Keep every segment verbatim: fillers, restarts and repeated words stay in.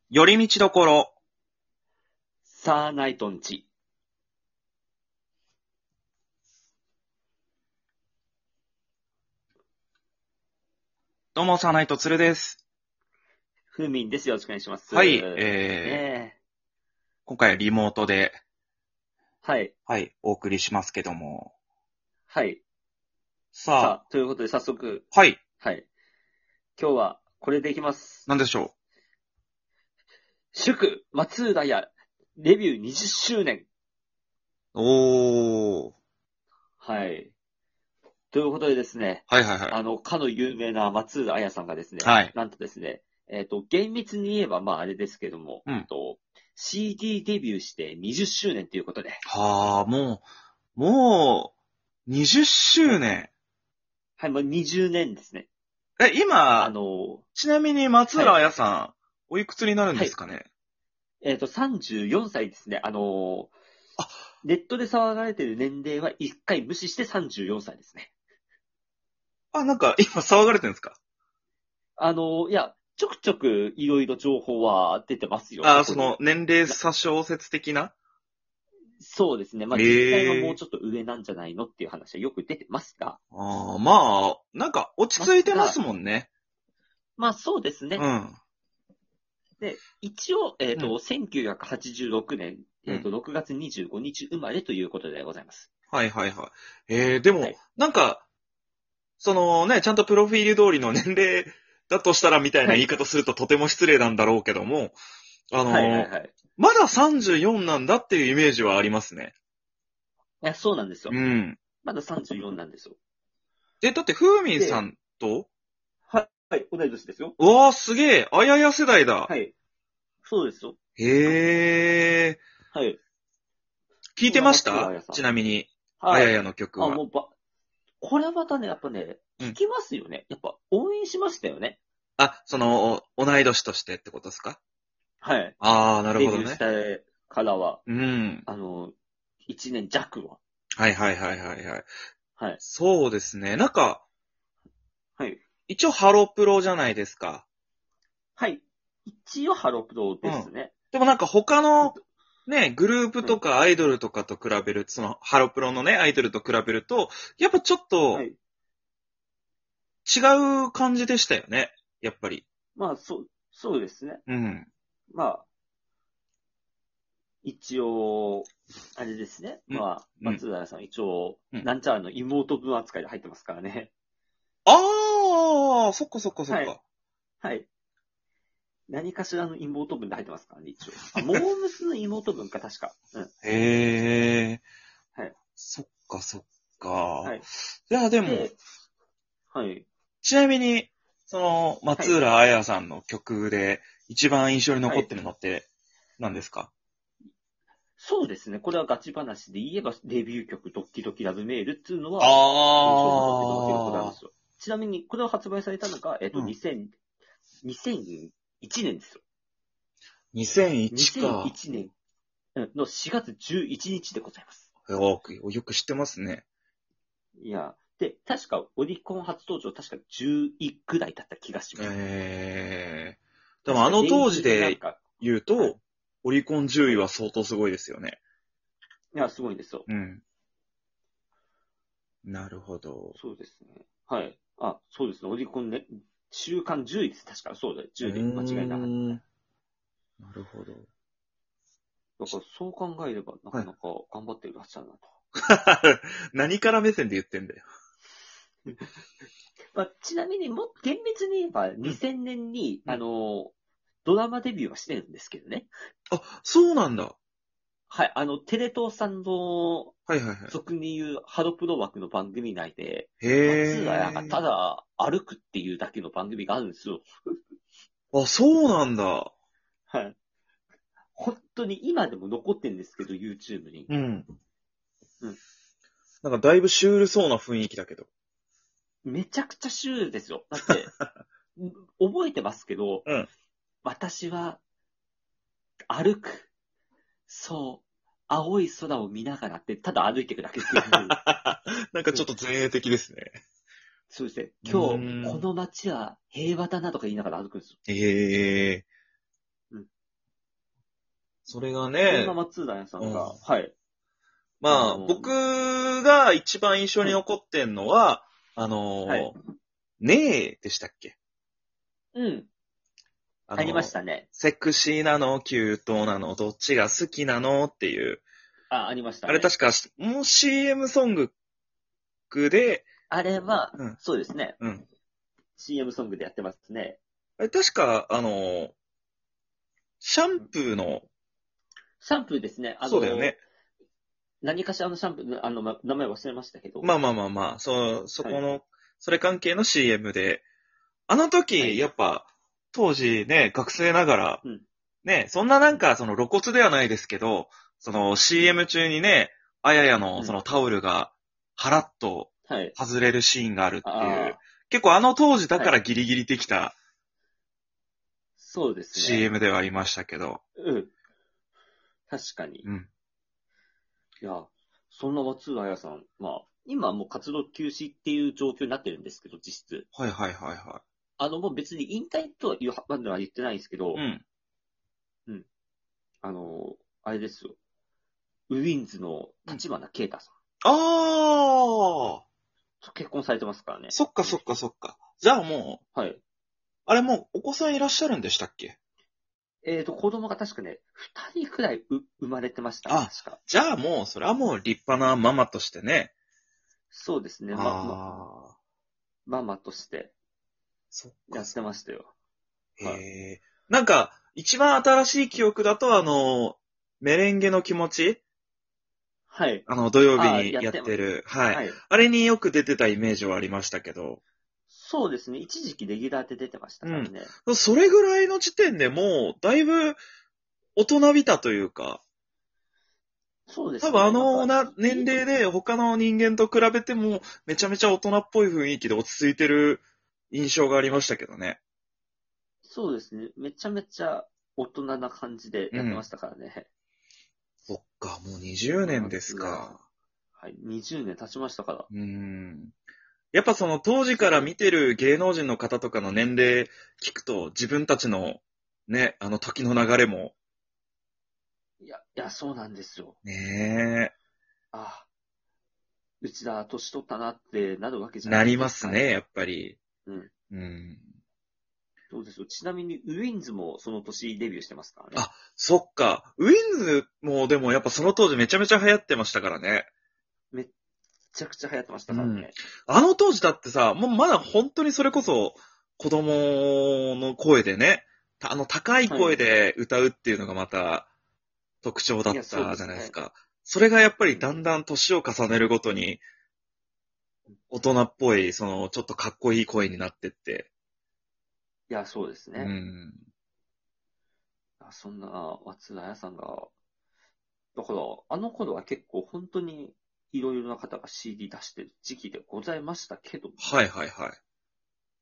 寄り道どころ。 サーナイトンチ。 どうも、サーナイトツルです。 ふうみんです。よろしくお願いします。 はい、えー、 ねえ。 今回はリモートで、 はい。 はい、お送りしますけども。 はい。 さあ、 さあ、ということで早速、 はい、 はい。今日はこれでいきます。 なんでしょ祝、松浦屋、デビューにじゅっしゅうねん。 う。おー、 はい。ということでですね、 はいはいはい。 あの、かの有名な松浦綾さんがですね、 はい。 なんとですね、えっと、厳密に言えばまああれですけども、 うん。 えっと、シーディー デビューしてにじゅっしゅうねんということで。 はあ、もう、もう、にじゅっしゅうねん。 はい、もうにじゅうねんですね。 え、今、 あの、 ちなみに松浦はい。 彩さん、おいくつになるんはい。 ですかね？ えっと、さんじゅうよんさいですね。あのーあ、 ネットで騒がれている年齢は一回無視してさんじゅうよんさいですね。 あ、なんか今騒がれてるんですか？ あのーいや、ちょくちょくいろいろ情報は出てますよ、 あ、その、 そこに。 年齢な差小説的な。 そうですね。まあ、実際はもうええちょっと上なんじゃないのっていう話はよく出てますが、 ああ、まあ、なんか落ち着いてますますが、 もんね。 まあそうですね。 うん。 で、一応、えっうん。 と、せんきゅうひゃくはちじゅうろくねん、 うん。 えっと、ろくがつにじゅうごにち生まれということでございます。 はいはいはい。えー、でも、 はい。 なんか、そのね、ちゃんとプロフィール通りの年齢だとしたらみたいなはい。 言い方するととても失礼なんだろうけども、あはいはの、 いはい。 まださんじゅうよんなんだっていうイメージはありますね。 いや、そうなんですよ。 うん。 まださんじゅうよんなんですよ。 で、だって、ふーみんさで、 んと、 はい、はい、同い年ですよ。 うわーすげえ、あやや世代だ。 はい。そうですよ。 へえ、 はい。 聞いてそんなました松浦綾さん。 ちなみに、あはい。 ややの曲あ、 は。 もうば、これはまたね、やっぱね、 うん。 聞きますよね。やっぱ応援しましたよね。 あ、その、同い年としてってことですか？ はい。 ああ、なるデビューしほどね。 てからは、 うん。 あの、いちねん弱は。 はいはいはいはいはい。 はい。 そうですね。なんか、 はい。 一応ハロプロじゃないですか。 はい。一応ハロプロうん。 ですね。 でもなんか他の、ね、グループはい。 とかアイドルとかと比べる、そのハロプロのね、アイドルと比べると、やっぱちょっとはい。 違う感じでしたよね。やっぱり。 まあ、そう、そうですね。 うん。 まあ、一応、あれですね。 うん。 まあ、 うん。 松平さん一応、 うん。 なんちゃらの妹分扱いで入ってますからね。 ああ、そっかそっかそっはい。 か。 はい。何かしらの妹分で入ってますからね、一応。あ、モームスの妹分か、確か。うん。 へえ。 はい。 そっかそっか。 はい。 いや、でも、 で、はい。 ちなみに、その、松はい。 浦彩さんの曲で一番印象にはい。 残ってるのって何ですか？ そうですね。これはガチ話で言えば、デビュー曲、ドッキドキラブメールっていうのは、印象に残ってるわけでございまああ、 すよ。ちなみに、これを発売されたのが、えっと、 うん。 にせん、にせんいちねんですよ。 にせんいち 2001 か。 年のしがつじゅういちにちでございます。 よく、よく知ってますね。 いや、で、確かオリコン初登場、確かじゅういちくらいだった気がします。 ええー。でも確かデイあの当時ジーでなんでか、 言うはい、 と、オリコンじゅういはい。 は相当すごいですよね。 いや、すごいんですよ。 うん。なるほど。 そうですね。はい。あ、そうですね。オリコンね、週間じゅういです。確か。そうだよ。 うーじゅうで間違いなかっん。なるほど。 た。だからそう考えれば、なはい。 かなか頑張っていらっしゃるなと。 何から目線で言ってんだよ。 まあ、ちなみにも、厳密に言えばうん。 にせんねんに、あうん。 の、ドラマデビューはしてるんですけどね。 あ、そうなんだ。 はい。あの、テレ東さんのはいはいはい。 俗に言うハロプロ枠の番組内で、 へ松浦屋がたえ。 だ歩くっていうだけの番組があるんですよ。 あ、そうなんだ。 はい。本当に今でも残ってるんですけど、YouTube に。 うん。 うん。 なんかだいぶシュールそうな雰囲気だけど。 めちゃくちゃシュールですよ。だって、ん覚えてますけど、 うん。 私は歩く。そう。青い空を見ながらって、ただ歩いていくだけっていう。 なんかちょっうんと前衛的ですね。 そうですね。 う今日、 ーん。 この街は平和だなとか言いながら歩くんですよ。 ええうん。 それがそんねな、松浦屋さんが、 うんはい。 まあ、 あの僕が一番印象に残ってんのは、あのーはいねえでしたっけうん。 あありまのしたね。 セクシーなの、キュートなの、どっちが好きなのっていう。 あ、ありましたね。 あれ確か、もう シーエム ソングで、 あれは、 うん、 そうですね。 うん。 シーエム ソングでやってますね。 あれ確か、あのーシャンプーの、 シャンプーですね。あの、 そうだよね。 何かしらのシャンプー、あの、ま名前忘れましたけど。 まあまあまあまあ、そ、そはい。 この、それ関係の シーエム で、あの時、 はいやっぱ、当時ね、学生ながら、 うんね、そんななんか、その露骨ではないですけど、その シーエム 中にね、あややのうんそのタオルが、ハラッとはい。 外れるシーンがあるっていう、 あ結構あの当時だあ、はい。 からギリギリできたそうですね。 シーエム ではありましたけど、 うん。確かに。 うん。 いや、そんな松浦彩さん、まあ、今はもう活動休止っていう状況になってるんですけど、実質。 はいはいはいはあの、もう別に引退とは言うまでは言ってないんですけど、 い。うん。 あの、あれですよ。ウィンズの立花啓太さんあー、 と結婚されてますからね。 そっかそっかそっか。じゃあもう、 はい。 あれもうお子さんいらっしゃるんでしたっけ？ えっと、子供が確かね、二人くらいう生まれてましたね、 あ確か。 じゃあもう、それはもう立派なママとしてね。 そうですね、ま、ま、 あー、 ママとしてそっかやってましたよ。 へはい。 え。なんか、一番新しい記憶だと、あの、メレンゲの気持ちはい。 あの、土曜日あ、 にやっやってま、 てる。はい。 はい。 あれによく出てたイメージはありましたけど。 そうですね、一時期レギュラーで出てましたからね。 それぐらいの時点でもう、だいぶ大人びたというか、 そうですね。 多分あのなんかな年齢で他の人間と比べても、めちゃめちゃ大人っぽい雰囲気で落ち着いてる印象がありましたけどね。 そうですね。めちゃめちゃ大人な感じでやってましたからね。 そっか、もうにじゅうねんですか。 はい。にじゅうねん経ちましたから。 うーん。やっぱその当時から見てる芸能人の方とかの年齢聞くと自分たちのね、あの時の流れもいや、いや、そうなんですよ。 ねあ、うちだ、年取ったなってなるわけえ、 じゃななりいですか。 ますね、やっぱり。 うん。 うん。 そうですよ。ちなみに、ウィンズもその年デビューしてますからね。 あ、そっか。ウィンズもでもやっぱその当時めちゃめちゃ流行ってましたからね。 めっちゃくちゃ流行ってましたうん。 からね。 あの当時だってさ、もうまだ本当にそれこそ子供の声でね、あの高い声で歌うっていうのがまた特徴だっいやそうたですねじゃないですか。それがやっぱりだんだん年を重ねるごとに大人っぽい、そのちょっとかっこいい声になってって。 いや、そうですうね。 ん。 あそんな松田彩さんが、だから、あの頃は結構本当にいろいろな方が シーディー 出してる時期でございましたけど、 はいはいはい。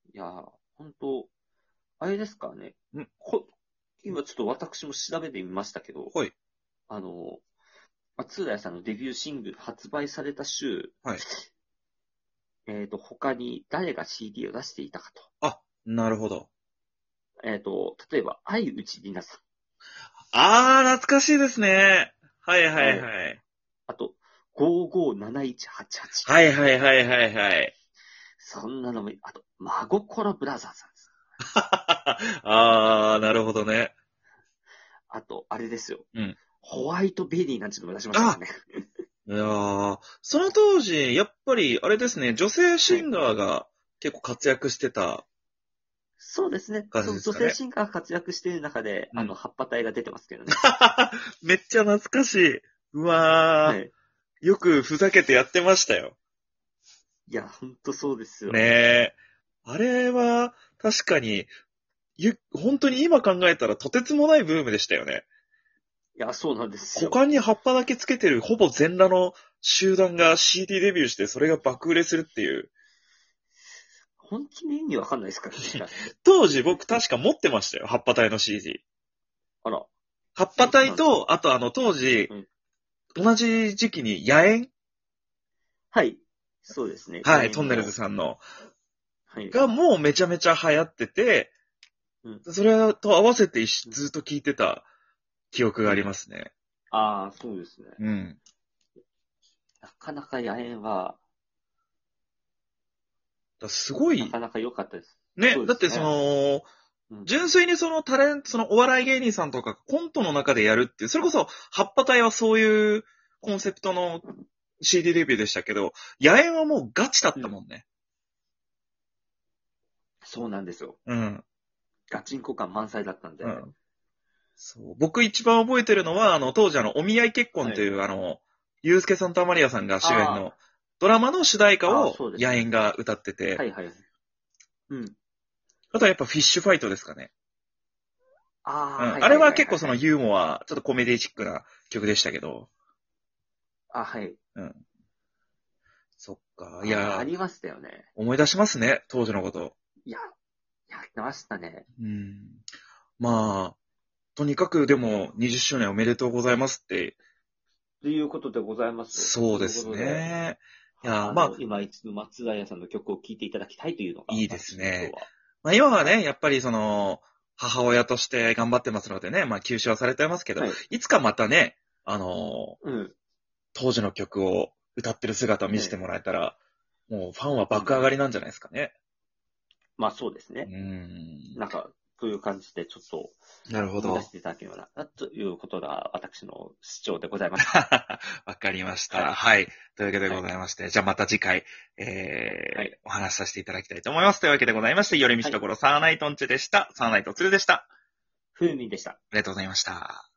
いや、本当あれですかね。 んこ今ちょっと私も調べてみましたけど、 はい。 あの、松浦屋さんのデビューシングル発売された週、 はい。 えっ、と、他に誰が シーディー を出していたかと。 あ、なるほど。 えっ、と、例えば、相内里奈さあー、懐かしいですね。はいはん。 いはい。 はい。 あと、ごーごーなないちはちはち。 はいはいはいはいはい。 そんなのも、あと、真心ブラザーズさんです。 あー、なるほどね。 あと、あれですよ。 うん。 ホワイトベリーなんていうのも出しましたからね。 いやー、その当時、やっぱり、あれですね、女性シンガーが結構活躍してたそうですね。 感じそうですかね。 女性シンガーが活躍している中で、 うんあの、葉っぱ隊が出てますけどね。 めっちゃ懐かしい。うわー、 はい。 よくふざけてやってましたよ。 いや、ほんとそうですよ。 ねえ。あれは、確かに、ゆ、本当に今考えたらとてつもないブームでしたよね。 いや、そうなんですよ。 股間に葉っぱだけつけてるほぼ全裸の集団が シーディー デビューしてそれが爆売れするっていう。 本気の意味わかんないですからね。だって当時僕確か持ってましたよ、葉っぱ隊の シーディー。 あら。 葉っぱ隊そうなんと、あとあの当時、 うん同じ時期に野猿はい。そうですね。 はい、 来年もトンネルズさんの。 はい。 がもうめちゃめちゃ流行ってて、 うんそれと合わせて一緒ずっと聞いてた記憶がありますね。 ああ、そうですね。 うん。 なかなか野猿は、 だすごい、 なかなか良かったです。 ね、 そうですねだってその、 うん、 純粋にそのタレント、そのお笑い芸人さんとかコントの中でやるっていう、それこそ、葉っぱ隊はそういうコンセプトの シーディー デビューでしたけど、野猿はもうガチだったもんね。 そうなんですよ。 うん。 ガチンコ感満載だったんで。 うん。そう。僕一番覚えてるのは、あの、当時あの、お見合い結婚という、あの、ゆうすけさんとアマリアさんが主演のドラマの主題歌ああ、 をそうですね。 野猿が歌ってて、 はいはい。うん。 あとはやっぱフィッシュファイトですかね。 ああ、 うん。 はいあれはいはいはい。 は結構そのユーモア、ちょっとコメディチックな曲でしたけど。 あ、はい。 うん。そっか。いああ、あや、 りましたよね。 思い出しますね、当時のこと。 いや、やってましたね。 うん。まあ、とにかくでもにじゅっしゅうねんおめでとうございますって。 ということでございますよ。 そうですということで、 ね。いや、 あの、 まあ、 今一度松平さんの曲を聴いていただきたいというのが、 いいですね。 私の今日は。 まあ今はね、 はいやっぱりその、母親として頑張ってますのでね、まあ休止はされてますけど、 はい。 いつかまたね、あの、 うん。 当時の曲を歌ってる姿を見せてもらえたら、もうファンは爆上がりなんじゃないですかね。 まあそうですうね。 ん。 なんか、という感じで、ちょっとなるほど。 思い出していただければな、ということが私の主張でございます。 わかりましはいた。はい。というわけではいございまして、じゃあまた次回、えーはいお話しさせていただきたいと思います。というわけでございまして、寄り道ところ、サーナイトンチでした。サーナイトツルでした。あふうみんでした。 りがとうございました。